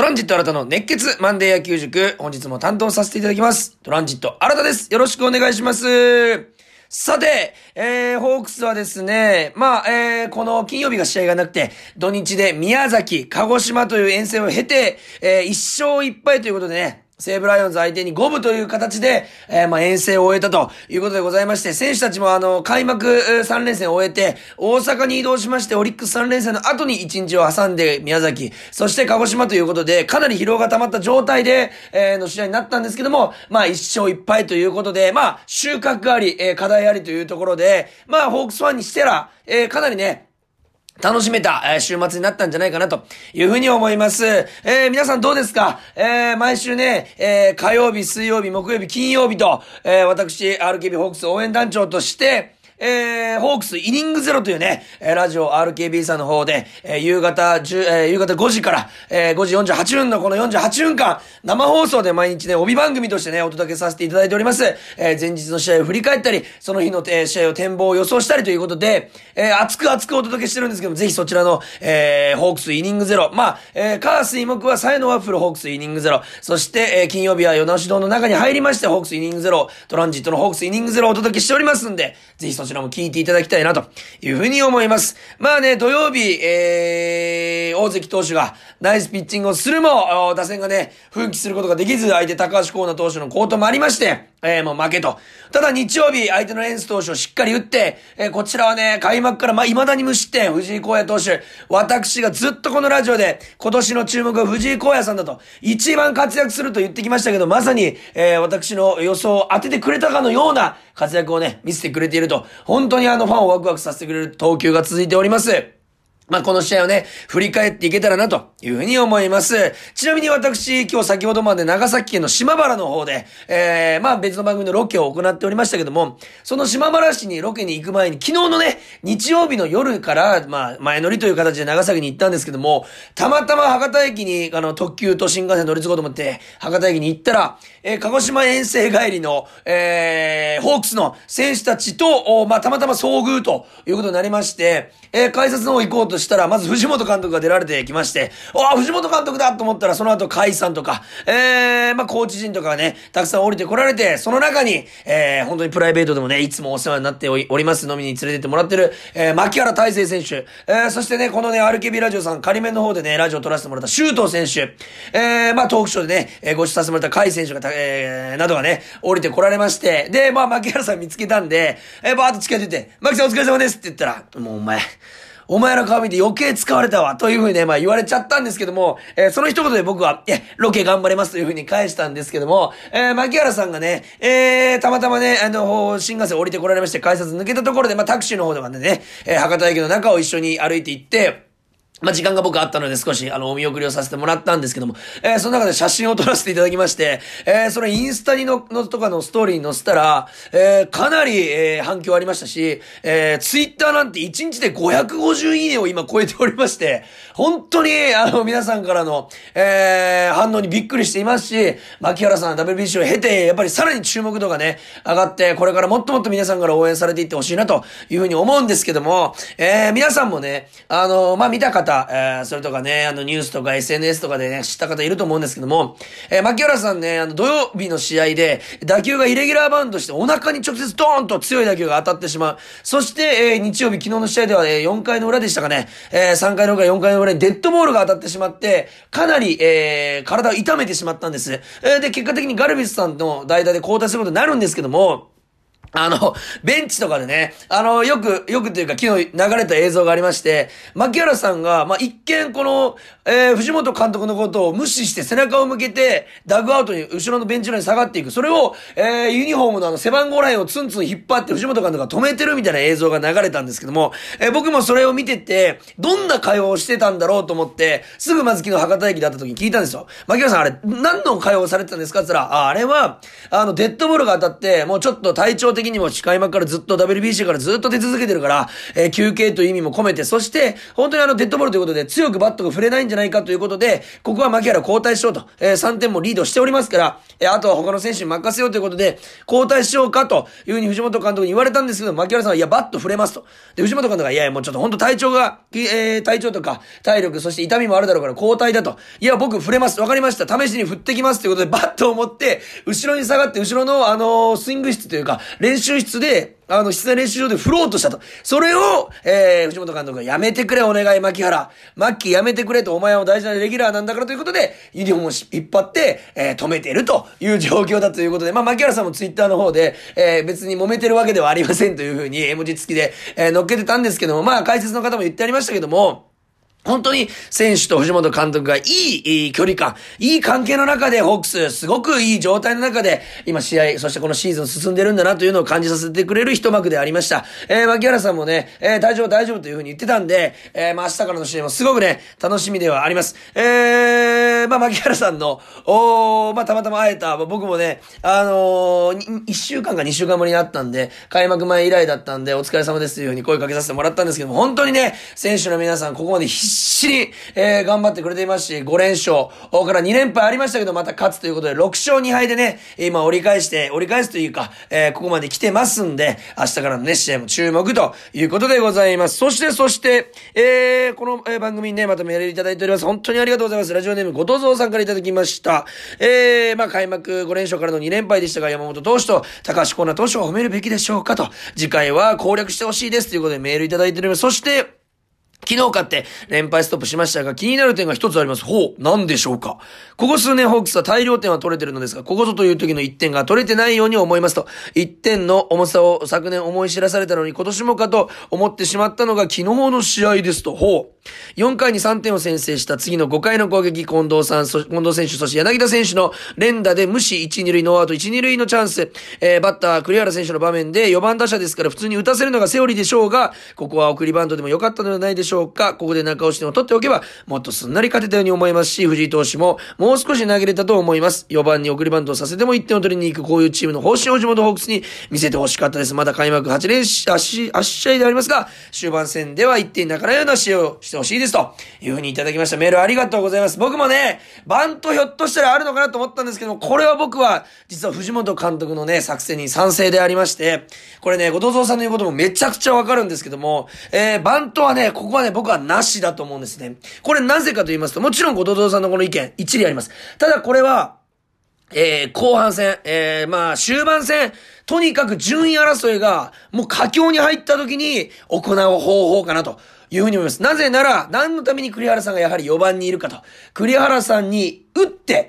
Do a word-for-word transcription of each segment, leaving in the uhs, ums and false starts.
トランジット新たの熱血マンデー野球塾、本日も担当させていただきます。トランジット新たです。よろしくお願いします。さて、えー、ホークスはですね、まあ、えー、この金曜日が試合がなくて、土日で宮崎、鹿児島という遠征を経て、えー、一勝一敗ということでね、西武ライオンズ相手に五分という形で、えー、まあ、遠征を終えたということでございまして、選手たちもあの、開幕さん連戦を終えて、大阪に移動しまして、オリックスさん連戦の後にいちにちを挟んで宮崎、そして鹿児島ということで、かなり疲労が溜まった状態で、えー、の試合になったんですけども、まあ、一勝一敗ということで、まあ、収穫あり、えー、課題ありというところで、まあ、ホークスファンにしてら、えー、かなりね、楽しめた、えー、週末になったんじゃないかなというふうに思います。えー、皆さんどうですか？えー、毎週ね、えー、火曜日、水曜日、木曜日、金曜日と、えー、私、アールケービー ホークス応援団長として、えー、ホークスイニングゼロというね、えー、ラジオ アールケービー さんの方で、えー、夕方じゅう、えー、夕方ごじから、えー、ごじよんじゅうはっぷんのこのよんじゅうはっぷんかん、生放送で毎日ね、帯番組としてね、お届けさせていただいております。えー、前日の試合を振り返ったり、その日の、えー、試合を展望を予想したりということで、えー、熱く熱くお届けしてるんですけども、ぜひそちらの、えー、ホークスイニングゼロ。まあ、えー、カースイ木はサイのワッフルホークスイニングゼロ。そして、えー、金曜日は夜直し堂の中に入りまして、ホークスイニングゼロ、トランジットのホークスイニングゼロをお届けしておりますんで、ぜひそちらも聞いていただきたいなというふうに思います。まあね、土曜日、えー、大関投手がナイスピッチングをするも、打線がね、奮起することができず、相手高橋光成投手の好投もありまして、えー、もう負けと。ただ日曜日、相手のエンス投手をしっかり打って、えー、こちらはね、開幕からまあ、未だに無失点、藤井光也投手。私がずっとこのラジオで、今年の注目は藤井光也さんだと、一番活躍すると言ってきましたけど、まさに、えー、私の予想を当ててくれたかのような活躍をね、見せてくれていると、本当にあのファンをワクワクさせてくれる投球が続いております。まあ、この試合をね、振り返っていけたらなというふうに思います。ちなみに私、今日先ほどまで長崎県の島原の方で、えー、まあ別の番組のロケを行っておりましたけども、その島原市にロケに行く前に、昨日のね、日曜日の夜から、まあ前乗りという形で長崎に行ったんですけども、たまたま博多駅に、あの、特急と新幹線乗り継ごうと思って、博多駅に行ったら、えー、鹿児島遠征帰りの、えー、ホークスの選手たちと、まあたまたま遭遇ということになりまして、えー、改札の方行こうとしたら、まず藤本監督が出られてきまして、ああ、藤本監督だと思ったら、その後、甲斐さんとか、えー、まあ、コーチ陣とかがね、たくさん降りてこられて、その中に、えー、本当にプライベートでもね、いつもお世話になっております、飲みに連れてってもらってる、えー、牧原大成選手、えー、そしてね、このね、アールケービー ラジオさん、仮面の方でね、ラジオを撮らせてもらった周東選手、えー、まあ、トークショーでね、えー、ご一緒させてもらった甲斐選手が、えー、などがね、降りてこられまして、で、まあ、牧原さん見つけたんで、えー、バーッと近づいて、牧さんお疲れ様ですって言ったら、もうお前、お前の顔見て余計使われたわ、という風にね、まあ言われちゃったんですけども、えー、その一言で僕は、え、ロケ頑張れますという風に返したんですけども、えー、牧原さんがね、えー、たまたまね、あの、新幹線降りてこられまして、改札抜けたところで、まあタクシーの方でまでね、えー、博多駅の中を一緒に歩いて行って、まあ、時間が僕あったので少し、あの、お見送りをさせてもらったんですけども、えー、その中で写真を撮らせていただきまして、えー、それインスタにの、のとかのストーリーに載せたら、えー、かなり、えー、反響ありましたし、えー、ツイッターなんていちにちでごひゃくごじゅういいねを今超えておりまして、本当に、あの、皆さんからの、えー、反応にびっくりしていますし、牧原さん ダブリュービーシー を経て、やっぱりさらに注目度がね、上がって、これからもっともっと皆さんから応援されていってほしいなというふうに思うんですけども、えー、皆さんもね、あの、まあ、見た方、えー、それとかね、あのニュースとか エスエヌエス とかでね、知った方いると思うんですけども、えー、牧原さんね、あの土曜日の試合で打球がイレギュラーバウンドしてお腹に直接ドーンと強い打球が当たってしまう。そして、えー、日曜日昨日の試合では、えー、よんかいの裏でしたかね、えー、さんかいの裏よんかいの裏にデッドボールが当たってしまって、かなり、えー、体を痛めてしまったんです。えー、で、結果的にガルビスさんの代打で交代することになるんですけども、あの、ベンチとかでね、あの、よく、よくっていうか昨日流れた映像がありまして、牧原さんが、まあ、一見この、えー、藤本監督のことを無視して背中を向けて、ダッグアウトに、後ろのベンチ裏に下がっていく。それを、えー、ユニフォームのあの背番号ラインをツンツン引っ張って藤本監督が止めてるみたいな映像が流れたんですけども、えー、僕もそれを見てて、どんな会話をしてたんだろうと思って、すぐまず昨日博多駅で会った時に聞いたんですよ。牧原さんあれ、何の会話をされてたんですかって言ったら、あ、あれは、あの、デッドボールが当たって、もうちょっと体調的的にも開幕からずっと ダブリュービーシー からずっと出続けてるから、えー、休憩という意味も込めて、そして、本当にあの、デッドボールということで、強くバットが触れないんじゃないかということで、ここは牧原交代しようと、えー、さんてんもリードしておりますから、えー、あとは他の選手に任せようということで、交代しようかというふうに藤本監督に言われたんですけど、牧原さんは、いや、バット触れますと。で、藤本監督が、いやいや、もうちょっと本当体調が、えー、体調とか、体力、そして痛みもあるだろうから交代だと。いや、僕触れます。わかりました。試しに振ってきますということで、バットを持って、後ろに下がって、後ろの、あのー、スイング室というか、練習室で、あの、室内練習場で振ろうとしたと。それを、えー、藤本監督がやめてくれ、お願い、牧原。マッキーやめてくれと、お前は大事なレギュラーなんだからということで、ユニフォームを引っ張って、えー、止めてるという状況だということで、まあ、牧原さんもツイッターの方で、えー、別に揉めてるわけではありませんというふうに、絵文字付きで、えー、乗っけてたんですけども、まあ、解説の方も言ってありましたけども、本当に選手と藤本監督がいい、いい距離感、いい関係の中でホークス、すごくいい状態の中で、今試合、そしてこのシーズン進んでるんだなというのを感じさせてくれる一幕でありました。えー、牧原さんもね、えー、大丈夫大丈夫というふうに言ってたんで、えー、まあ明日からの試合もすごくね、楽しみではあります。えー、まあ牧原さんの、おー、まあたまたま会えた、僕もね、あのー、いっしゅうかんかにしゅうかんぶりに会ったんで、開幕前以来だったんで、お疲れ様ですというふうに声かけさせてもらったんですけども、本当にね、選手の皆さん、ここまで必死に、えー、頑張ってくれていますし、ごれんしょうからにれんぱいありましたけど、また勝つということで、ろくしょうにはいでね、今折り返して、折り返すというか、えー、ここまで来てますんで、明日からのね、試合も注目ということでございます。そして、そして、えー、この、えー、番組にね、またメールいただいております。本当にありがとうございます。ラジオネーム、ごとぞうさんからいただきました。えー、まあ、開幕ごれんしょうからのにれんぱいでしたが、山本投手と高橋光成投手を褒めるべきでしょうかと、次回は攻略してほしいですということでメールいただいております。そして、昨日勝って連敗ストップしましたが、気になる点が一つあります。ほう、何でしょうか。ここ数年ホークスは大量点は取れてるのですが、ここぞという時のいってんが取れてないように思いますと。いってんの重さを昨年思い知らされたのに今年もかと思ってしまったのが昨日の試合ですと。ほう。よんかいにさんてんを先制した次のごかいの攻撃、近藤さん、近藤選手、そして柳田選手の連打で無視いち、に塁ノーアウトいち、に塁のチャンス。えー、バッター栗原選手の場面でよばん打者ですから普通に打たせるのがセオリーでしょうが、ここは送りバントでも良かったのではないでしょうか。ここで中押し点を取っておけばもっとすんなり勝てたように思いますし、藤井投手ももう少し投げれたと思います。よばんに送りバントをさせてもいってんを取りに行く、こういうチームの方針を地元ホークスに見せてほしかったです。まだ開幕はちれんし、はち試合でありますが、終盤戦ではいってんに泣かないような試合をしてほしいですというふうにいただきました。メールありがとうございます。僕もね、バントひょっとしたらあるのかなと思ったんですけども、これは僕は実は藤本監督のね、作戦に賛成でありまして、これね、後藤蔵さんの言うこともめちゃくちゃわかるんですけども、えー、バントはね、ここはね、僕はなしだと思うんですね。これなぜかと言いますと、もちろん後藤蔵さんのこの意見、一理あります。ただこれは、えー、後半戦、えー、まあ、終盤戦、とにかく順位争いが、もう佳境に入った時に行う方法かなというふうに思います。なぜなら、何のために栗原さんがやはりよばんにいるかと。栗原さんに打って、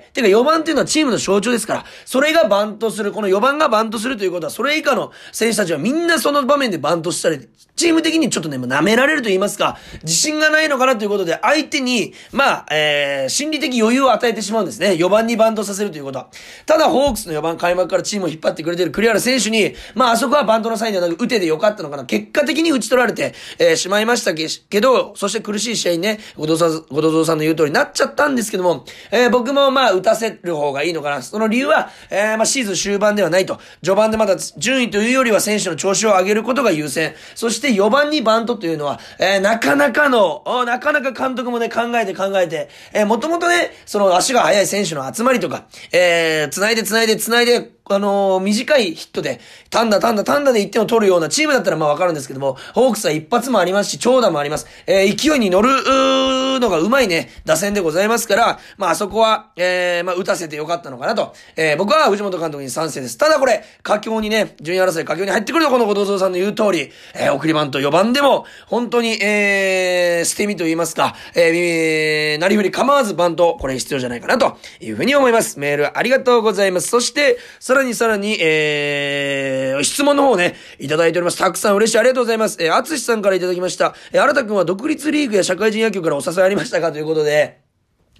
てかよばんっていうのはチームの象徴ですから、それがバントする、このよばんがバントするということは、それ以下の選手たちはみんなその場面でバントしたり、チーム的にちょっとね、舐められると言いますか、自信がないのかなということで、相手に、まあ、えー、心理的余裕を与えてしまうんですね。よばんにバントさせるということは。ただ、ホークスのよばん開幕からチームを引っ張ってくれている栗原選手に、まあ、あそこはバントのサインではなく、打てでよかったのかな。結果的に打ち取られて、えー、しまいましたけど、そして苦しい試合にね、後藤さん、後藤蔵さんの言う通りになっちゃったんですけども、えー、僕もまあ、打たせる方がいいのかな。その理由は、えー、まあ、シーズン終盤ではないと。序盤でまだ順位というよりは選手の調子を上げることが優先。そしてよばんにバントというのは、えー、なかなかの、なかなか監督もね、考えて考えて、えー、もともとね、その足が速い選手の集まりとか、えー、繋いで繋いで繋いで、あのー、短いヒットで、単打単打単打でいってんを取るようなチームだったらまあわかるんですけども、ホークスは一発もありますし、長打もあります。えー、勢いに乗るのがうまいね、打線でございますから、まああそこは、えー、まあ打たせてよかったのかなと。えー、僕は藤本監督に賛成です。ただこれ、佳境にね、順位争い佳境に入ってくるのこの後藤蔵さんの言う通り、えー、送りバントよばんでも、本当に、えー、捨て身と言いますか、えー、なりふり構わずバント、これ必要じゃないかなというふうに思います。メールありがとうございます。そして、さらにさらに、えー、質問の方ね、いただいております。たくさん嬉しい。ありがとうございます。えー、あつしさんからいただきました。えー、新田くんは独立リーグや社会人野球からお誘いありましたかということで、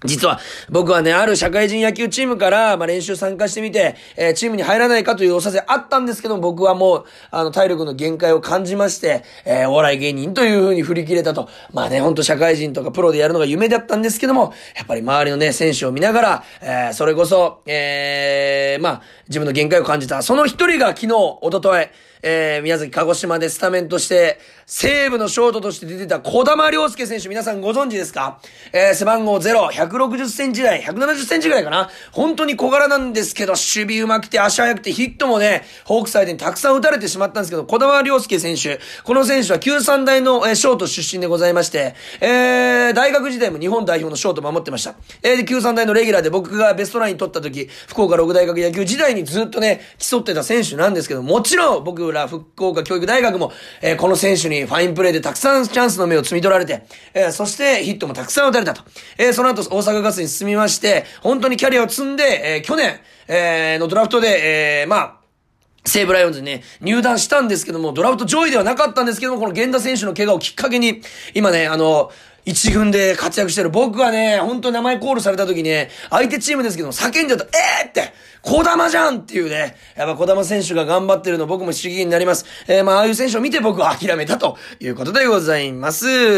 実は、僕はね、ある社会人野球チームから、まあ、練習参加してみて、えー、チームに入らないかというお誘いあったんですけど、僕はもう、あの、体力の限界を感じまして、えー、お笑い芸人という風に振り切れたと。まあね、ほんと社会人とかプロでやるのが夢だったんですけども、やっぱり周りのね、選手を見ながら、えー、それこそ、えー、まあ、自分の限界を感じた。その一人が昨日、一昨日、えー、宮崎鹿児島でスタメンとして、西武のショートとして出てた小玉亮介選手、皆さんご存知ですか？えー、背番号ゼロ、ひゃくろくじゅっセンチ台、ひゃくななじゅっセンチぐらいかな。本当に小柄なんですけど、守備上手くて足速くてヒットもね、ホークス相手にたくさん打たれてしまったんですけど、小玉亮介選手、この選手はきゅうさん代の、えー、ショート出身でございまして、えー、大学時代も日本代表のショート守ってました。えー、で、きゅうさん代のレギュラーで僕がベストナイン取った時、福岡六大学野球時代にずっとね、競ってた選手なんですけど、もちろん僕ら福岡教育大学も、えー、この選手にファインプレーでたくさんチャンスの目を摘み取られて、えー、そしてヒットもたくさん打たれたと。えー、その後大阪ガスに進みまして、本当にキャリアを積んで、えー、去年、えー、のドラフトで、えー、まあ、西武ライオンズにね、入団したんですけども、ドラフト上位ではなかったんですけども、この源田選手の怪我をきっかけに、今ね、あの、一軍で活躍してる僕はね、本当に名前コールされた時にね、相手チームですけども、叫んじゃった、えーって、小玉じゃんっていうね、やっぱ小玉選手が頑張ってるの僕も刺激になります。えー、まあ、ああいう選手を見て僕は諦めたということでございます。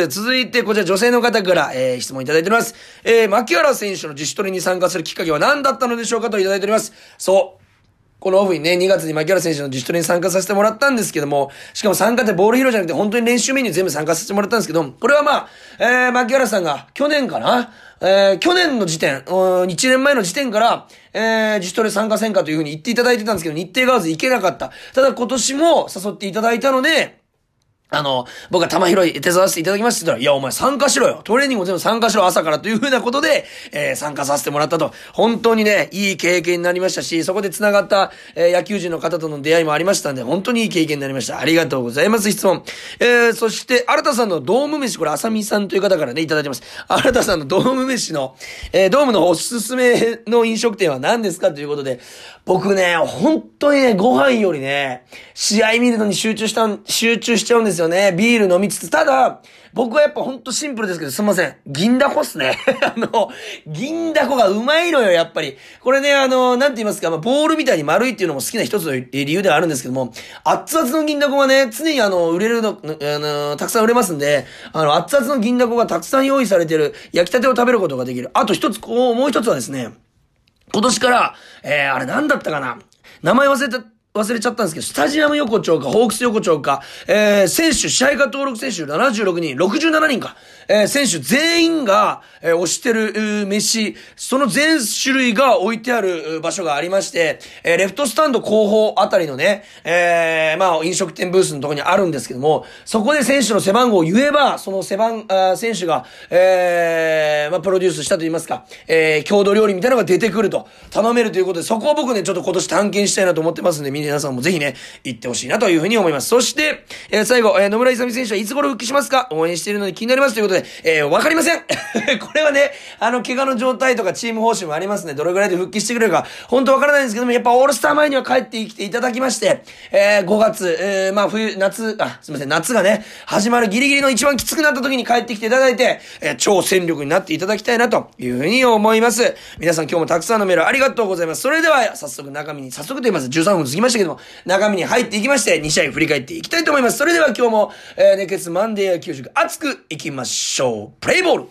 続いて、こちら女性の方から、えー、質問いただいております。えー、牧原選手の自主トレに参加するきっかけは何だったのでしょうかといただいております。そう。このオフにね、にがつに牧原選手の自主トレに参加させてもらったんですけども、しかも参加ってボール拾いじゃなくて本当に練習メニュー全部参加させてもらったんですけど、これはまあ、えー、牧原さんが去年かな、えー、去年の時点、いちねんまえの時点から、えー、自主トレ参加せんかというふうに言っていただいてたんですけど、日程が合わず行けなかった。ただ今年も誘っていただいたので、あの、僕は玉拾い手伝わせていただきまして言ったら、いやお前参加しろよ。トレーニングも全部参加しろ朝からという風なことで、えー、参加させてもらったと。本当にね、いい経験になりましたし、そこで繋がった、えー、野球人の方との出会いもありましたんで、本当にいい経験になりました。ありがとうございます。質問。えー、そして、新田さんのドーム飯、これ、あさみさんという方からね、いただいてます。新田さんのドーム飯の、えー、ドームのおすすめの飲食店は何ですかということで、僕ね、本当にね、ご飯よりね、試合見るのに集中した、集中しちゃうんですよね。ビール飲みつつ、ただ、僕はやっぱほんとシンプルですけど、すいません。銀だこっすね。あの、銀だこがうまいのよ、やっぱり。これね、あの、なんて言いますか、まあ、ボールみたいに丸いっていうのも好きな一つの理由ではあるんですけども、熱々の銀だこがね、常にあの、売れるの、あの、たくさん売れますんで、あの、熱々の銀だこがたくさん用意されてる、焼きたてを食べることができる。あと一つ、こう、もう一つはですね、今年から、えー、あれなんだったかな、名前忘れた、忘れちゃったんですけど、スタジアム横丁か、ホークス横丁か、えー、選手、試合が登録選手ななじゅうろくにん、ろくじゅうななにんか、えー、選手全員が、えー、推してる、飯、その全種類が置いてある場所がありまして、えー、レフトスタンド後方あたりのね、えー、まあ、飲食店ブースのところにあるんですけども、そこで選手の背番号を言えば、その背番、あ選手が、えー、まあ、プロデュースしたと言いますか、えー、郷土料理みたいなのが出てくると、頼めるということで、そこを僕ね、ちょっと今年探検したいなと思ってますんで、皆さんもぜひね、行ってほしいなというふうに思います。そして、えー、最後、えー、野村勇選手はいつ頃復帰しますか？応援しているので気になりますということで、えー、わかりませんこれはね、あの、怪我の状態とかチーム方針もありますね。どれぐらいで復帰してくれるか、本当わからないんですけども、やっぱオールスター前には帰ってきていただきまして、えー、ごがつ、えー、まあ冬、夏、あ、すみません、夏がね、始まるギリギリの一番きつくなった時に帰ってきていただいて、えー、超戦力になっていただきたいなというふうに思います。皆さん今日もたくさんのメールありがとうございます。それでは、早速中身に、早速と言います。じゅうさんぷん過ぎましたけども、中身に入っていきまして、に試合振り返っていきたいと思います。それでは今日も、えー、熱血マンデー野球塾熱くいきましょう。プレイボール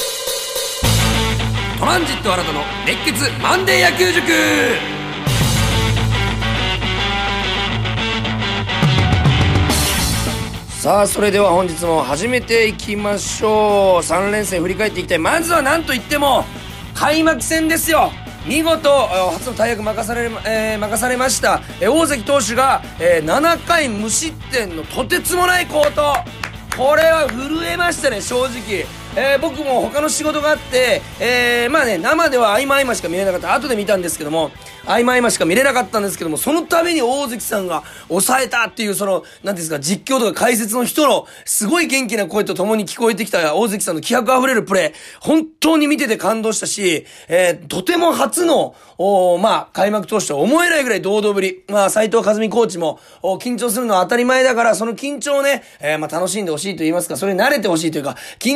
トランジット新たの熱血マンデー野球塾。さあ、それでは本日も始めていきましょう。さん連戦振り返っていきたい。まずは何といっても開幕戦ですよ。見事初の大役任され、えー、任されました、えー、大関投手が、えー、ななかい無失点のとてつもない好投。これは震えましたね、正直。えー、僕も他の仕事があって、えー、まあね、生では合間合間しか見れなかった。後で見たんですけども、合間合間しか見れなかったんですけども、そのために大関さんが抑えたっていう、その、なんですか、実況とか解説の人の、すごい元気な声と共に聞こえてきた大関さんの気迫あふれるプレー、本当に見てて感動したし、えー、とても初の、おまあ、開幕投手と思えないぐらい堂々ぶり。まあ、斉藤和美コーチも、緊張するのは当たり前だから、その緊張をね、えー、まあ、楽しんでほしいと言いますか、それに慣れてほしいというか、緊張して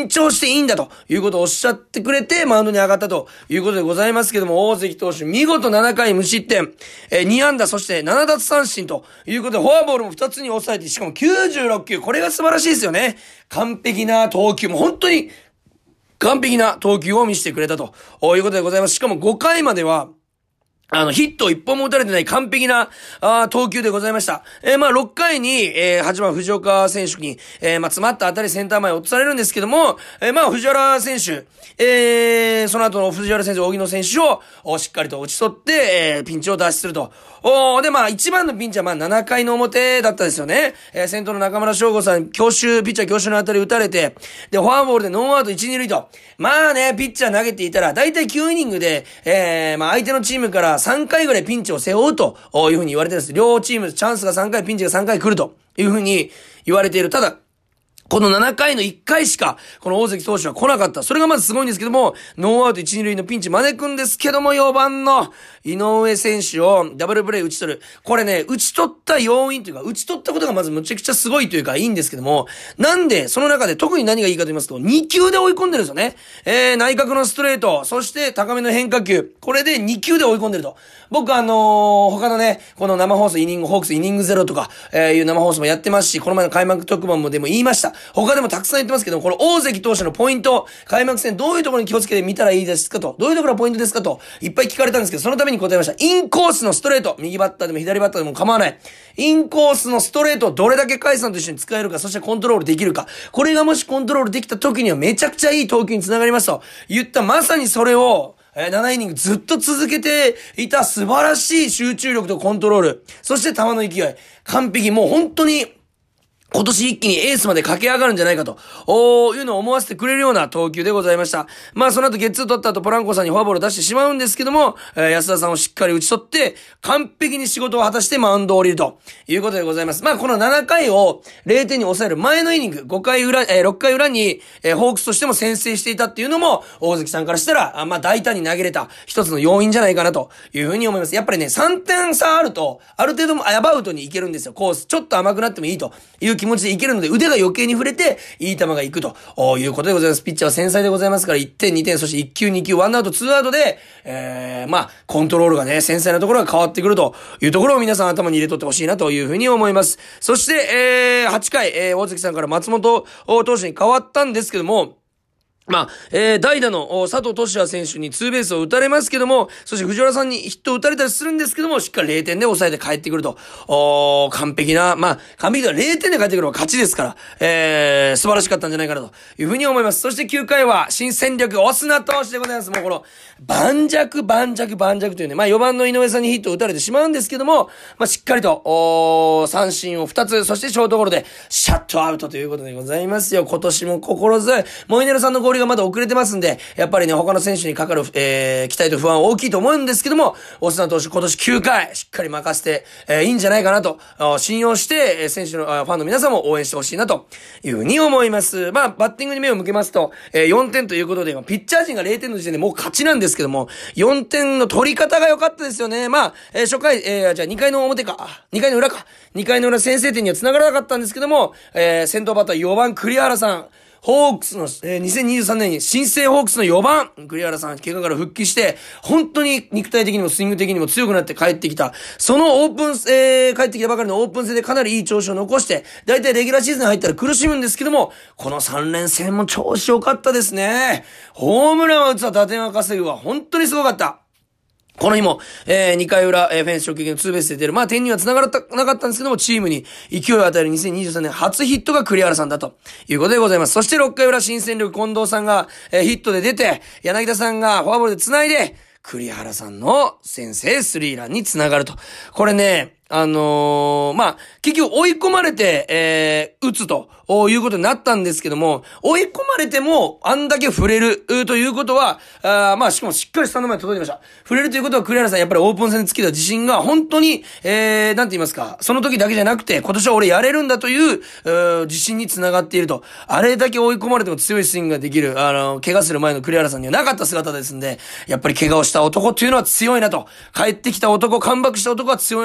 していいんだということをおっしゃってくれて、マウンドに上がったということでございますけども、大関投手、見事ななかい無失点、えー、に安打、そしてなな奪三振ということで、フォアボールもふたつに抑えて、しかもきゅうじゅうろっきゅう、これが素晴らしいですよね。完璧な投球、もう本当に完璧な投球を見せてくれたということでございます。しかもごかいまでは、あの、ヒット一本も打たれてない完璧な、あ投球でございました。えー、まあ、ろっかいに、えー、はちばん藤岡選手に、えー、まあ、詰まったあたりセンター前を落とされるんですけども、えー、まあ、藤原選手、えー、その後の藤原選手、荻野選手を、しっかりと打ち取って、えー、ピンチを脱出すると。おー、で、まあ、一番のピンチは、まあ、ななかいの表だったですよね。えー、先頭の中村翔吾さん、強襲、ピッチャー強襲のあたり打たれて、で、フォアボールでノーアウトいち、に塁と。まあね、ピッチャー投げていたら、だいたいきゅうイニングで、えー、まあ、相手のチームからさんかいぐらいピンチを背負うというふうに言われてるんです。両チームチャンスがさんかい、ピンチがさんかい来るというふうに言われている。ただ、このななかいのいっかいしか、この大関投手は来なかった。それがまずすごいんですけども、ノーアウトいち、に塁のピンチ招くんですけども、よばんの井上選手をダブルプレイ打ち取る。これね、打ち取った要因というか、打ち取ったことがまずむちゃくちゃすごいというか、いいんですけども、なんで、その中で特に何がいいかと言いますと、にきゅうで追い込んでるんですよね。えー、内角のストレート、そして高めの変化球。これでにきゅうで追い込んでると。僕あのー、他のね、この生放送イニング、ホークスイニングゼロとか、えー、いう生放送もやってますし、この前の開幕特番もでも言いました。他でもたくさん言ってますけども、この大関投手のポイント、開幕戦どういうところに気をつけて見たらいいですかと、どういうところがポイントですかと、いっぱい聞かれたんですけど、そのために答えました。インコースのストレート、右バッターでも左バッターでも構わない。インコースのストレートをどれだけ甲斐さんと一緒に使えるか、そしてコントロールできるか。これがもしコントロールできた時にはめちゃくちゃいい投球につながりますと言った、まさにそれを、えー、ななイニングずっと続けていた素晴らしい集中力とコントロール。そして球の勢い。完璧。もう本当に、今年一気にエースまで駆け上がるんじゃないかと、おーいうのを思わせてくれるような投球でございました。まあその後ゲッツー取った後ポランコさんにフォアボールを出してしまうんですけども、えー、安田さんをしっかり打ち取って、完璧に仕事を果たしてマウンドを降りるということでございます。まあこのななかいをれいてんに抑える前のイニング、ごかい裏、えー、ろっかい裏に、えー、ホークスとしても先制していたっていうのも、大関さんからしたら、あまあ大胆に投げれた一つの要因じゃないかなというふうに思います。やっぱりね、さんてん差あると、ある程度もアバウトにいけるんですよ。コース、ちょっと甘くなってもいいという気持ちでいけるので、腕が余計に触れて、いい球が行くということでございます。ピッチャーは繊細でございますから、いってん、にてん、そしていっきゅう、にきゅう、ワンアウト、ツーアウトで、えー、まあ、コントロールがね、繊細なところが変わってくるというところを皆さん頭に入れとってほしいなというふうに思います。そして、えー、はちかい、えー、大関さんから松本投手に変わったんですけども、まあ、えー、代打の佐藤俊也選手にツーベースを打たれますけども、そして藤原さんにヒットを打たれたりするんですけども、しっかりれいてんで抑えて帰ってくると。おー、完璧な、まあ、完璧ではれいてんで帰ってくるのは勝ちですから、えー、素晴らしかったんじゃないかなというふうに思います。そしてきゅうかいは新戦力、オスナ投手でございます。もうこの、盤石、盤石、盤石というね、まあよばんの井上さんにヒットを打たれてしまうんですけども、まあしっかりと、おー、三振をふたつ、そしてショートゴロで、シャットアウトということでございますよ。今年も心強い。モイネロさんのゴールがまだ遅れてますんで、やっぱりね、他の選手にかかる、えー、期待と不安は大きいと思うんですけども、オスナ投手今年きゅうかい、しっかり任せて、えー、いいんじゃないかなと、信用して、選手の、ファンの皆さんも応援してほしいなというふうに思います。まあ、バッティングに目を向けますと、えー、よんてんということで、ピッチャー陣がれいてんの時点でもう勝ちなんですけども、よんてんの取り方が良かったですよね。まあ、えー、初回、えー、じゃあにかいの表か、にかいの裏か、にかいの裏先制点には繋がらなかったんですけども、えー、先頭バッターよばん栗原さん、ホークスの、えー、にせんにじゅうさんねんに新生ホークスのよばん、栗原さん、怪我から復帰して、本当に肉体的にもスイング的にも強くなって帰ってきた。そのオープン、えー、帰ってきたばかりのオープン戦でかなりいい調子を残して、だいたいレギュラーシーズン入ったら苦しむんですけども、このさん連戦も調子良かったですね。ホームランは打つわ、打点は稼ぐわ、本当にすごかった。この日も、えー、にかい裏、えー、フェンス直撃のツーベースで出る。まあ、点には繋がらなかったんですけども、チームに勢いを与えるにせんにじゅうさんねん初ヒットが栗原さんだということでございます。そしてろっかい裏、新戦力近藤さんが、えー、ヒットで出て、柳田さんがフォアボールで繋いで、栗原さんの先制スリーランに繋がると。これね、あのー、まあ、結局追い込まれて、えー、打つということになったんですけども、追い込まれてもあんだけ触れるということは、あまあ、しかもしっかりスタンド前に届いてました。触れるということは栗原さんやっぱりオープン戦につけた自信が本当に、えー、なんて言いますか、その時だけじゃなくて、今年は俺やれるんだという、う自信につながっていると。あれだけ追い込まれても強いスイングができる、あの、怪我する前の栗原さんにはなかった姿ですんで、やっぱり怪我をした男っていうのは強いなと。帰ってきた男、カムバックした男は強いなと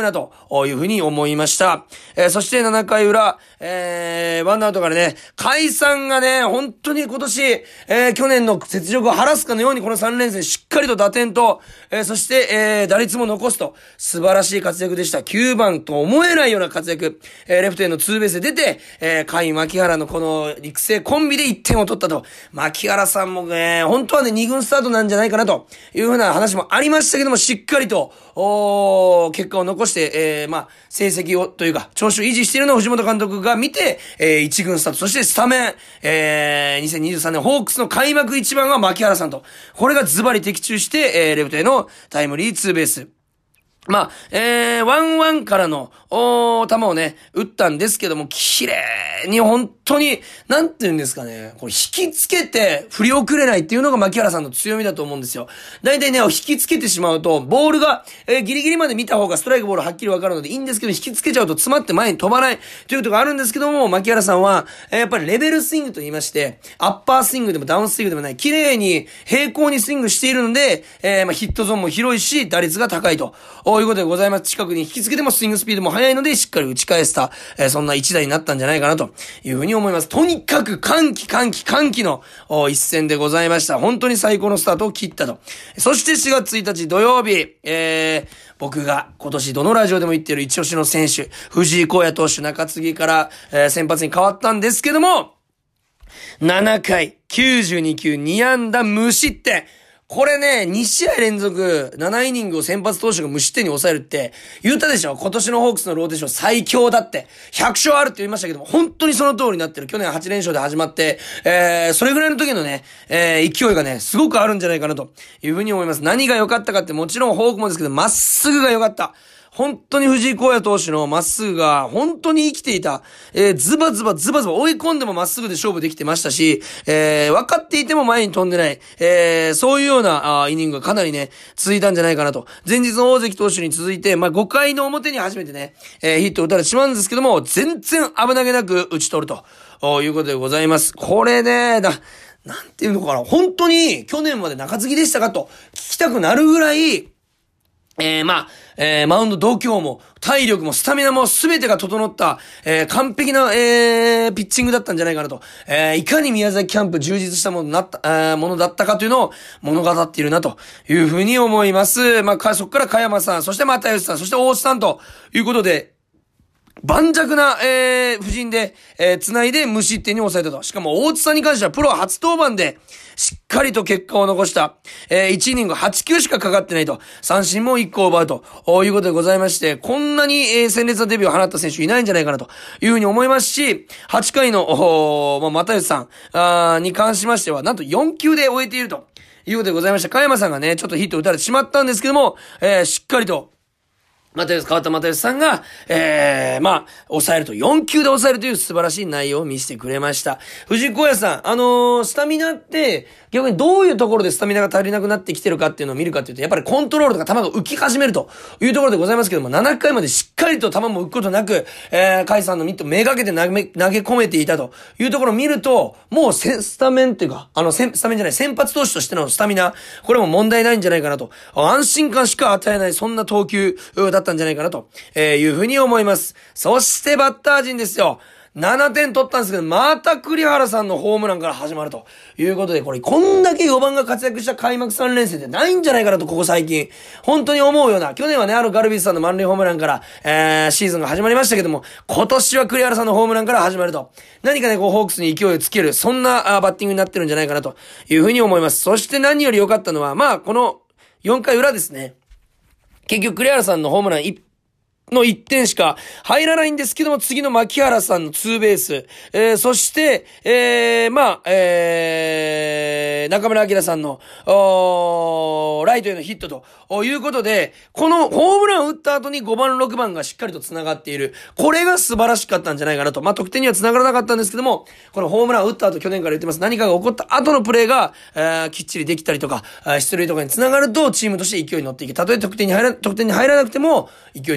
いうふうに思いました。えー、そしてななかい裏、えー、ワンアウトからね、甲斐さんがね、本当に今年、えー、去年の雪辱を晴らすかのようにこのさん連戦しっかりと打点と、えー、そして、えー、打率も残すと、素晴らしい活躍でした。きゅうばんと思えないような活躍、えー、レフトへのツーベースで出て、えー、甲斐牧原のこの育成コンビでいってんを取ったと。牧原さんもね、本当はね、に軍スタートなんじゃないかなというふうな話もありましたけども、しっかりと、おー、結果を残して、えー、まあ、成績をというか、調子を維持しているのを藤本監督が見て、えー、いち軍スタート、そしてスタメン、えー、にせんにじゅうさんねんホークスの開幕いちばんは牧原さんと。これがズバリ的中して、えー、レフトへのタイムリーツーベース。まあ、えー、ワンワンからの、おー、球をね、打ったんですけども、綺麗に、本当に、なんて言うんですかね、これ引きつけて振り遅れないっていうのが牧原さんの強みだと思うんですよ。大体ね、引きつけてしまうと、ボールが、えー、ギリギリまで見た方がストライクボールはっきりわかるのでいいんですけど、引きつけちゃうと詰まって前に飛ばないということがあるんですけども、牧原さんは、えー、やっぱりレベルスイングと言いまして、アッパースイングでもダウンスイングでもない、綺麗に平行にスイングしているので、えー、まあ、ヒットゾーンも広いし、打率が高いと。ということでございます。近くに引きつけてもスイングスピードも速いのでしっかり打ち返した、えー、そんな一打になったんじゃないかなというふうに思います。とにかく歓喜歓喜歓喜の一戦でございました。本当に最高のスタートを切ったと。そしてしがつついたち土曜日、えー、僕が今年どのラジオでも言っている一押しの選手、藤井康也投手中継ぎから、えー、先発に変わったんですけども、ななかいきゅうじゅうにきゅうに安打無失点。これね、に試合連続ななイニングを先発投手が無失点に抑えるって言ったでしょ。今年のホークスのローテーション最強だって。ひゃく勝あるって言いましたけども、本当にその通りになってる。去年はち連勝で始まって、えー、それぐらいの時のね、えー、勢いがね、すごくあるんじゃないかなというふうに思います。何が良かったかってもちろんホークもですけど、まっすぐが良かった。本当に藤井康也投手のまっすぐが本当に生きていた。えー、ズバズバズバズバ追い込んでもまっすぐで勝負できてましたし、えー、分かっていても前に飛んでない。えー、そういうようなあイニングがかなりね、続いたんじゃないかなと。前日の大関投手に続いて、まあ、ごかいの表に初めてね、えー、ヒットを打たれてしまうんですけども、全然危なげなく打ち取るということでございます。これね、だ、なんていうのかな。本当に去年まで中継ぎでしたかと聞きたくなるぐらい、えー、まあ、えー、マウンド度胸も、体力も、スタミナも、すべてが整った、えー、完璧な、えー、ピッチングだったんじゃないかなと。えー、いかに宮崎キャンプ充実したものだった、えー、ものだったかというのを物語っているな、というふうに思います。まあ、そこから加山さん、そして又吉さん、そして大津さんということで、盤石な、えー、布陣で、えー、繋いで無失点に抑えたと。しかも大津さんに関してはプロ初登板で、しっかりと結果を残した。えー、いちイニングはち球しかかかってないと。三振もいっこ奪うと。いうことでございまして、こんなに、えー、鮮烈なデビューを放った選手いないんじゃないかなというふうに思いますし、はちかいの、まあ、又吉さんあに関しましては、なんとよん球で終えているということでございました。加山さんがね、ちょっとヒット打たれてしまったんですけども、えー、しっかりと、又吉、変わった又吉さんが、えー、まあ、抑えると、よん球で抑えるという素晴らしい内容を見せてくれました。藤井康也さん、あのー、スタミナって、逆にどういうところでスタミナが足りなくなってきてるかっていうのを見るかっていうと、やっぱりコントロールとか球が浮き始めるというところでございますけども、ななかいまでしっかりと球も浮くことなく、えー、甲斐さんのミットめがけて投げ、投げ込めていたというところを見ると、もうスタメンっていうか、あの、スタメンじゃない、先発投手としてのスタミナ、これも問題ないんじゃないかなと、安心感しか与えない、そんな投球だったんじゃないかなというふうに思います。そしてバッター陣ですよ。ななてん取ったんですけど、また栗原さんのホームランから始まるということで、これこんだけよばんが活躍した開幕さん連戦ってないんじゃないかなと、ここ最近。本当に思うような。去年はね、あのガルビスさんの満塁ホームランから、えー、シーズンが始まりましたけども、今年は栗原さんのホームランから始まると。何かね、こう、ホークスに勢いをつける、そんなあバッティングになってるんじゃないかなというふうに思います。そして何より良かったのは、まあ、このよんかい裏ですね。結局、栗原さんのホームランいっのいってんしか入らないんですけども、次の牧原さんのツーベース、えー、そして、えー、まあ、えー、中村晃さんの、おー、ライトへのヒットということで、このホームランを打った後にごばん、ろくばんがしっかりと繋がっている。これが素晴らしかったんじゃないかなと。まあ、得点には繋がらなかったんですけども、このホームランを打った後、去年から言ってます。何かが起こった後のプレーが、えー、きっちりできたりとか、出塁とかに繋がると、チームとして勢いに乗っていけ。たとえ得点に入ら、得点に入らなくても、勢いに乗っている。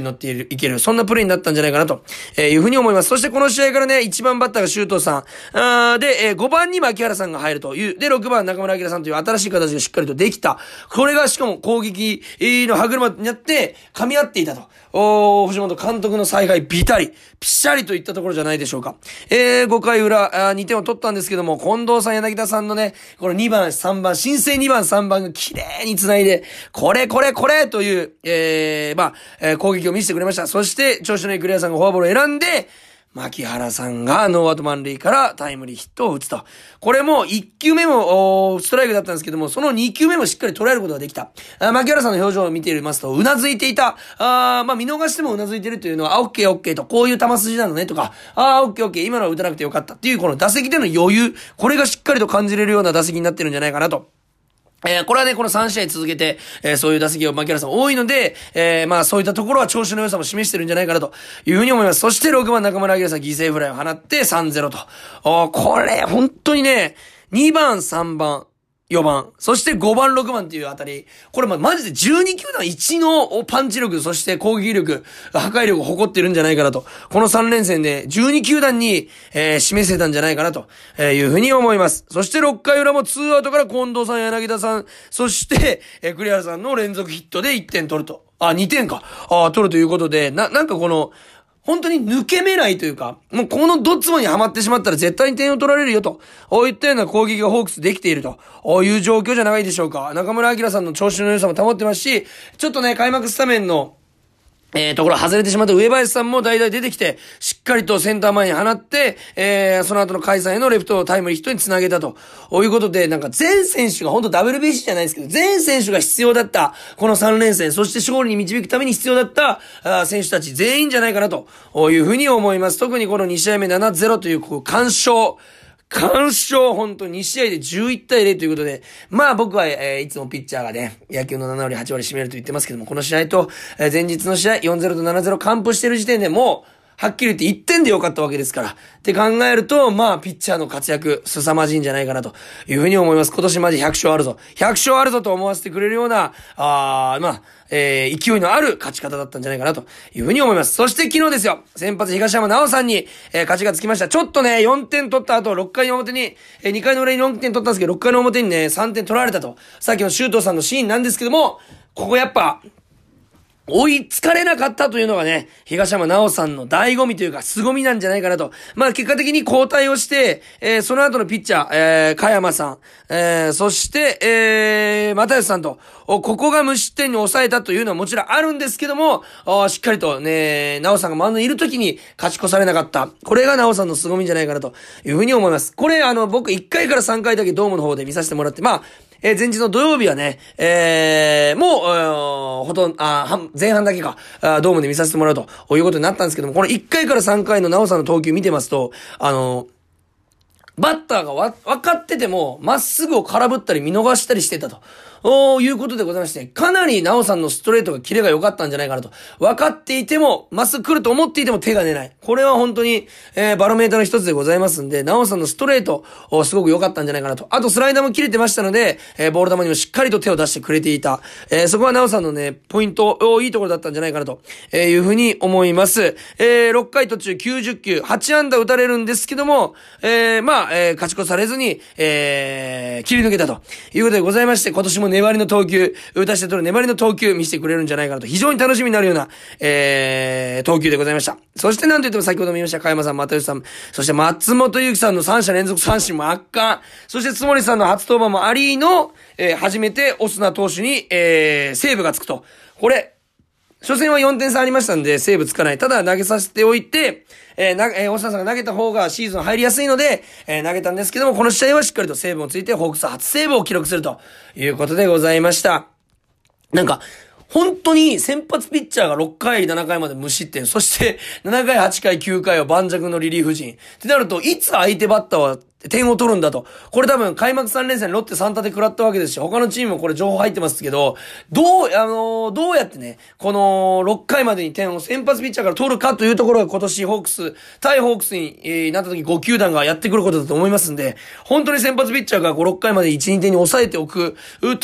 る、いける、そんなプレーになったんじゃないかなと、えー、いうふうに思います。そしてこの試合からね、いちばんバッターが周東さん、あーで、えー、ごばんに牧原さんが入るという、で、ろくばん中村明さんという新しい形がしっかりとできた。これがしかも攻撃の歯車になって、噛み合っていたと。おー、藤本監督の采配ビタリ、ピシャリといったところじゃないでしょうか。えー、ごかい裏、あにてんを取ったんですけども、近藤さん、柳田さんのね、このにばん、さんばん、新生にばん、さんばんが綺麗に繋いで、これこれこれという、えー、まあ、えー、攻撃を見せてくれました。そして、調子のいい栗原さんがフォアボールを選んで、牧原さんがノーアウト満塁からタイムリーヒットを打つと。これもいっきゅうめもストライクだったんですけども、そのにきゅうめもしっかり捉えることができた。あ牧原さんの表情を見ていますと、うなずいていた。あまあ見逃してもうなずいてるというのは、あ、オッケーオッケーと、こういう球筋なのねとか、あ、オッケーオッケー、今のは打たなくてよかったっていうこの打席での余裕、これがしっかりと感じれるような打席になってるんじゃないかなと。えー、これはね、このさんしあい続けて、えー、そういう打席を牧原さん多いので、えー、まあそういったところは調子の良さも示してるんじゃないかなというふうに思います。そしてろくばん中村明さん犠牲フライを放って さんたいゼロ と。おこれ、本当にね、にばん、さんばん、よばん、そしてごばん、ろくばんっていうあたり、これま、マジでじゅうにきゅうだんいちのパンチ力、そして攻撃力、破壊力を誇ってるんじゃないかなと。このさんれんせんでじゅうにきゅうだんに、えー、示せたんじゃないかなというふうに思います。そしてろっかい裏もツーアウトから近藤さん、柳田さん、そして、えー、栗原さんの連続ヒットでいってん取ると。あ、にてんか。あ、取るということで、な、なんかこの、本当に抜け目ないというか、もうこのドッツボにはまってしまったら絶対に点を取られるよと、こういったような攻撃がホークスできていると、こういう状況じゃないでしょうか。中村明さんの調子の良さも保ってますし、ちょっとね、開幕スタメンの、えー、ところ外れてしまった上林さんも代々出てきて、しっかりとセンター前に放って、えー、その後の開催のレフトタイムリーヒットにつなげたと。いうことで、なんか全選手が本当 ダブリュービーシー じゃないですけど、全選手が必要だった、このさんれんせん、そして勝利に導くために必要だった、あ選手たち全員じゃないかなというふうに思います。特にこのにしあいめななたいゼロという、こう、完勝。完勝、ほんとにしあいでじゅういちたいゼロということで、まあ僕は、えー、いつもピッチャーがね、野球のななわりはちわり占めると言ってますけども、この試合と、えー、前日の試合よんたいゼロとななたいゼロ完封してる時点でもう、はっきり言っていってんでよかったわけですから。って考えると、まあ、ピッチャーの活躍、凄まじいんじゃないかなというふうに思います。今年マジひゃくしょうあるぞ。ひゃくしょうあるぞと思わせてくれるような、あー、まあ、えー、勢いのある勝ち方だったんじゃないかなというふうに思います。そして昨日ですよ、先発東山直さんに、えー、勝ちがつきました。ちょっとね、よんてん取った後、ろっかいの表に、えー、にかいの裏によんてん取ったんですけど、ろっかいの表にね、さんてん取られたと。さっきの周東さんのシーンなんですけども、ここやっぱ、追いつかれなかったというのがね、東山直さんの醍醐味というか、凄みなんじゃないかなと。まあ結果的に交代をして、えー、その後のピッチャー、えー、加山さん、えー、そして、えー、又吉さんと、ここが無失点に抑えたというのはもちろんあるんですけども、しっかりとね、直さんがマウンドにいる時に勝ち越されなかった。これが直さんの凄みじゃないかなというふうに思います。これあの、僕いっかいからさんかいだけドームの方で見させてもらって、まあ、えー、前日の土曜日はね、えー、もう、ほとんど、あ、前半だけか、ドームで見させてもらうということになったんですけども、このいっかいからさんかいの直さんの投球見てますと、あの、バッターがわ、分かってても、まっすぐを空振ったり見逃したりしてたと。おいうことでございまして、かなりなおさんのストレートがキレが良かったんじゃないかなと。分かっていても、まっすぐ来ると思っていても手が出ない。これは本当に、えー、バロメーターの一つでございますんで、なおさんのストレート、すごく良かったんじゃないかなと。あとスライダーも切れてましたので、えー、ボール球にもしっかりと手を出してくれていた。えー、そこはなおさんのね、ポイント、いいところだったんじゃないかなと、えー、いうふうに思います。えー、ろっかい途中きゅうじゅっきゅう、はちあんだ打たれるんですけども、えー、まあ、えー、勝ち越されずに、えー、切り抜けたということでございまして、今年も粘りの投球、打たせて取る粘りの投球見せてくれるんじゃないかなと、非常に楽しみになるような、えー、投球でございました。そしてなんといっても先ほども言いました、加山さん、又吉さん、そして松本祐樹さんのさんしゃれんぞく三振も圧巻。そして津森さんの初登板もありの、えー、初めてオスナ投手に、えー、セーブがつくと。これ、初戦はよんてんさありましたんで、セーブつかない。ただ投げさせておいて、えー、な、えー、オスナさんが投げた方がシーズン入りやすいので、えー、投げたんですけども、この試合はしっかりとセーブをついて、ホークス初セーブを記録するということでございました。なんか、本当に先発ピッチャーがろっかい、ななかいまで無失点。そして、ななかい、はちかい、きゅうかいは盤石のリリーフ陣。ってなると、いつ相手バッターは点を取るんだと。これ多分開幕さんれんせんロッテさん立て食らったわけですし、他のチームもこれ情報入ってますけど、どう、あのー、どうやってね、このろっかいまでに点を先発ピッチャーから取るかというところが今年ホークス、対ホークスに、えー、なった時ごきゅうだんがやってくることだと思いますんで、本当に先発ピッチャーがろっかいまでいち、にてんに抑えておくと、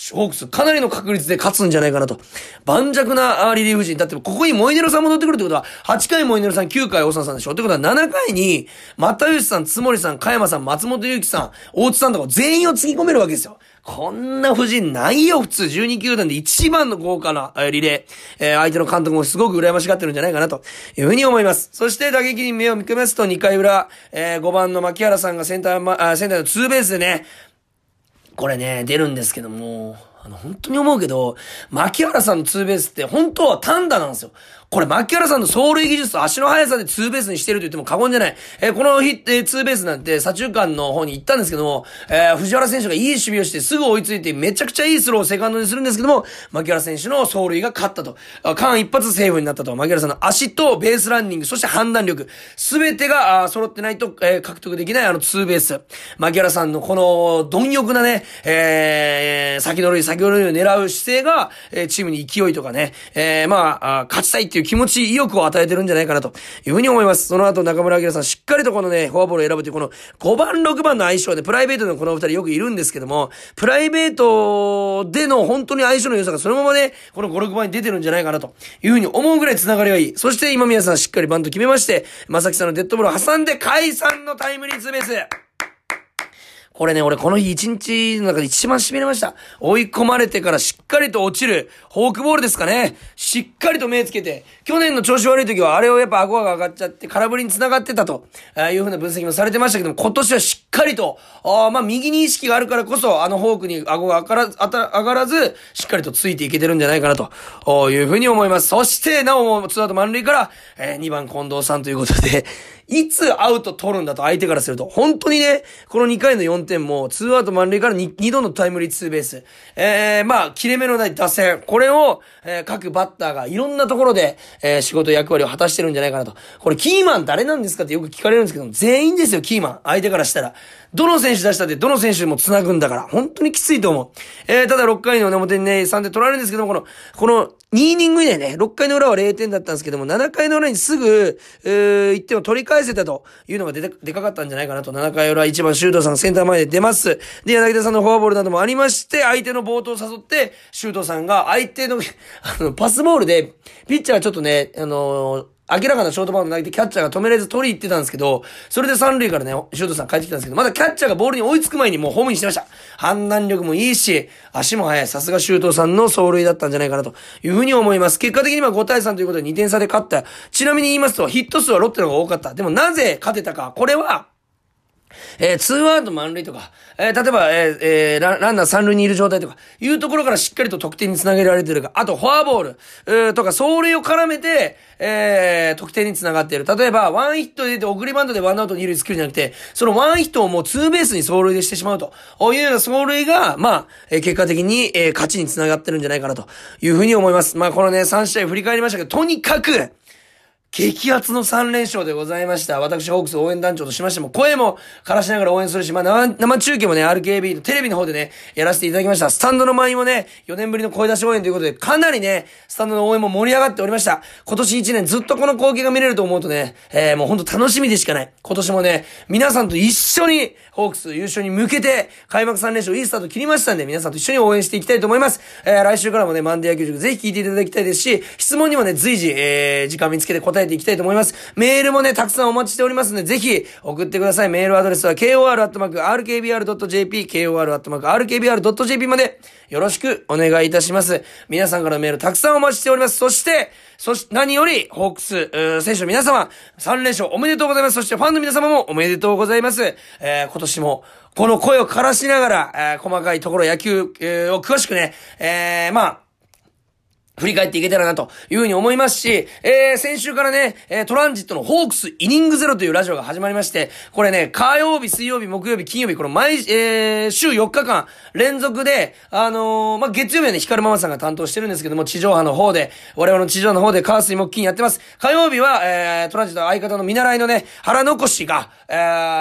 ホークスかなりの確率で勝つんじゃないかなと。盤石なリリーフ陣。だってここにモイネロさん戻ってくるってことは、はちかいモイネロさん、きゅうかい大沢さんでしょってことはななかいに、又吉さん、津森さん、加山さん、松本祐樹さん、大津さんとか全員をつぎ込めるわけですよ。こんな布陣ないよ、普通。じゅうにきゅうだんで一番の豪華な、えー、リレー。えー、相手の監督もすごく羨ましがってるんじゃないかなというふうに思います。そして打撃に目を見くますとにかい裏、えー、ごばんの牧原さんがセンター、ま、あセンターのツーベースでね、これね、出るんですけども、あの、本当に思うけど、牧原さんのツーベースって本当は単打なんですよ。これ、牧原さんの走塁技術と足の速さでツーベースにしてると言っても過言じゃない。えー、このヒット、えー、ツーベースなんて左中間の方に行ったんですけども、えー、藤原選手がいい守備をしてすぐ追いついてめちゃくちゃいいスローをセカンドにするんですけども、牧原選手の走塁が勝ったと。間一発セーフになったと。牧原さんの足とベースランニング、そして判断力、すべてが揃ってないと、えー、獲得できないあのツーベース。牧原さんのこの貪欲なね、えー、先の塁、先の塁を狙う姿勢が、えー、チームに勢いとかね、えー、まあ、勝ちたいっていう気持ち、意欲を与えてるんじゃないかなというふうに思います。その後中村晃さんしっかりとこのね、フォアボールを選ぶというこのごばんろくばんの相性でプライベートのこのお二人よくいるんですけども、プライベートでの本当に相性の良さがそのままね、このご、ろくばんに出てるんじゃないかなというふうに思うぐらい繋がりがいい。そして今宮さんしっかりバント決めまして、正木さんのデッドボールを挟んで解散のタイムリーツーベース。これね、俺この日一日の中で一番痺れました。追い込まれてからしっかりと落ちるフォークボールですかね。しっかりと目つけて、去年の調子悪い時はあれをやっぱ顎が上がっちゃって空振りに繋がってたという風な分析もされてましたけども、今年はしっかりと、あまあ右に意識があるからこそ、あのフォークに顎が上がらず、上がらず、しっかりとついていけてるんじゃないかなという風に思います。そして、なおもツーアウト満塁から、えー、にばん近藤さんということで、いつアウト取るんだと相手からすると、本当にね、このにかいのよんてんも、ツーアウト満塁から 2, 2度のタイムリーツーベース。えー、まあ、切れ目のない打線。これを、えー、各バッターがいろんなところで、えー、仕事役割を果たしてるんじゃないかなと。これ、キーマン誰なんですかってよく聞かれるんですけど、全員ですよ、キーマン。相手からしたら。どの選手出したって、どの選手も繋ぐんだから、本当にきついと思う。えー、ただろっかいの表にね、さんてん取られるんですけども、この、この、にイニング以内ね、ろっかいの裏はれいてんだったんですけども、ななかいの裏にすぐ、えー、いってんを取り返せたというのがで, でかかったんじゃないかなと。ななかい裏いちばん周東さんセンター前で出ます。で、柳田さんのフォアボールなどもありまして、相手の暴投を誘って、周東さんが相手の、あの、パスボールで、ピッチャーはちょっとね、あのー、明らかなショートバウンド投げてキャッチャーが止められず取り行ってたんですけど、それで三塁からね、シュートさん帰ってきたんですけど、まだキャッチャーがボールに追いつく前にもうホームにしてました。判断力もいいし、足も速い。さすがシュートさんの走塁だったんじゃないかなというふうに思います。結果的にはごたいさんということでにてん差で勝った。ちなみに言いますと、ヒット数はロッテの方が多かった。でもなぜ勝てたか。これは、えー、ツーアウト満塁とか、えー、例えば、えーえー、ラ, ランナー三塁にいる状態とか、いうところからしっかりと得点につなげられているか、あとフォアボール、えー、とか、走塁を絡めて、えー、得点につながっている。例えば、ワンヒットで出て送りバントでワンアウト二塁作るんじゃなくて、そのワンヒットをもうツーベースに走塁でしてしまうというような走塁が、まあ、えー、結果的に、えー、勝ちにつながってるんじゃないかなというふうに思います。まあ、このね、さんしあい振り返りましたけど、とにかく、激アツのさんれんしょうでございました。私、ホークス応援団長としましても、声も枯らしながら応援するし、まあ生、生中継もね、アールケービー のテレビの方でね、やらせていただきました。スタンドの前にもね、よねんぶりの声出し応援ということで、かなりね、スタンドの応援も盛り上がっておりました。今年いちねんずっとこの光景が見れると思うとね、えー、もうほんと楽しみでしかない。今年もね、皆さんと一緒に、ホークス優勝に向けて、開幕さんれんしょういいスタート切りましたんで、皆さんと一緒に応援していきたいと思います。えー、来週からもね、マンデー野球塾ぜひ聞いていただきたいですし、質問にもね、随時、えー、時間見つけて答えていきたいと思います。メールもね、たくさんお待ちしておりますので、ぜひ送ってください。メールアドレスは ケーオーアールアットマークアールケービーアールドットジェーピー、ケーオーアールアットマークアールケービーアールドットジェーピー までよろしくお願いいたします。皆さんからのメールたくさんお待ちしております。そして、そして何より、ホークス、選手の皆様、さんれんしょうおめでとうございます。そしてファンの皆様もおめでとうございます。えー、今年も、この声を枯らしながら、えー、細かいところ野球、えー、を詳しくね、えー、まあ、振り返っていけたらなというふうに思いますし、えー、先週からね、えー、トランジットのホークスイニングゼロというラジオが始まりまして、これね、火曜日、水曜日、木曜日、金曜日、この毎、えー、週よっかかん連続で、あのー、まあ、月曜日はね、光ママさんが担当してるんですけども、地上波の方で、我々の地上波の方で火水木金やってます。火曜日は、えー、トランジットの相方の見習いのね、腹残しが、えー、まあ、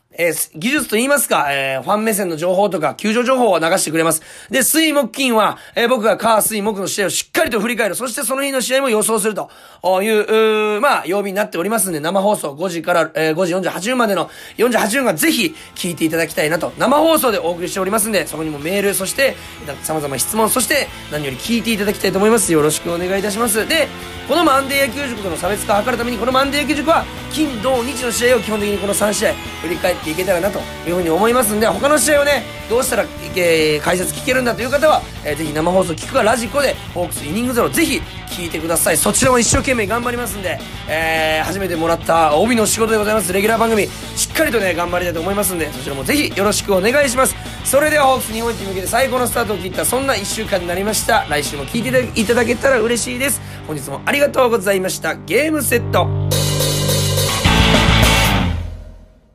えー、技術と言いますか、えー、ファン目線の情報とか、球場情報を流してくれます。で、水木金は、えー、僕が火水木の試合をしっかりと振り返る。そしてその日の試合も予想するという、うーまあ、曜日になっておりますんで、生放送ごじから、えー、ごじよんじゅうはちふんまでのよんじゅうはちふんがぜひ聞いていただきたいなと、生放送でお送りしておりますんで、そこにもメール、そして、様々質問、そして何より聞いていただきたいと思います。よろしくお願いいたします。で、このマンデー野球塾との差別化を図るために、このマンデー野球塾は、金、土、日の試合を基本的にこのさん試合振り返っていけたらなというふうに思いますんで、他の試合をね、どうしたら、えー、解説聞けるんだという方は、えー、ぜひ生放送聞くかラジコでホークスイニングゼロぜひ聞いてください。そちらも一生懸命頑張りますんで、えー、初めてもらった帯の仕事でございます。レギュラー番組しっかりとね頑張りたいと思いますんで、そちらもぜひよろしくお願いします。それではホークス日本一に向けて最高のスタートを切ったそんないっしゅうかんになりました。来週も聞いていただけたら嬉しいです。本日もありがとうございました。ゲームセット。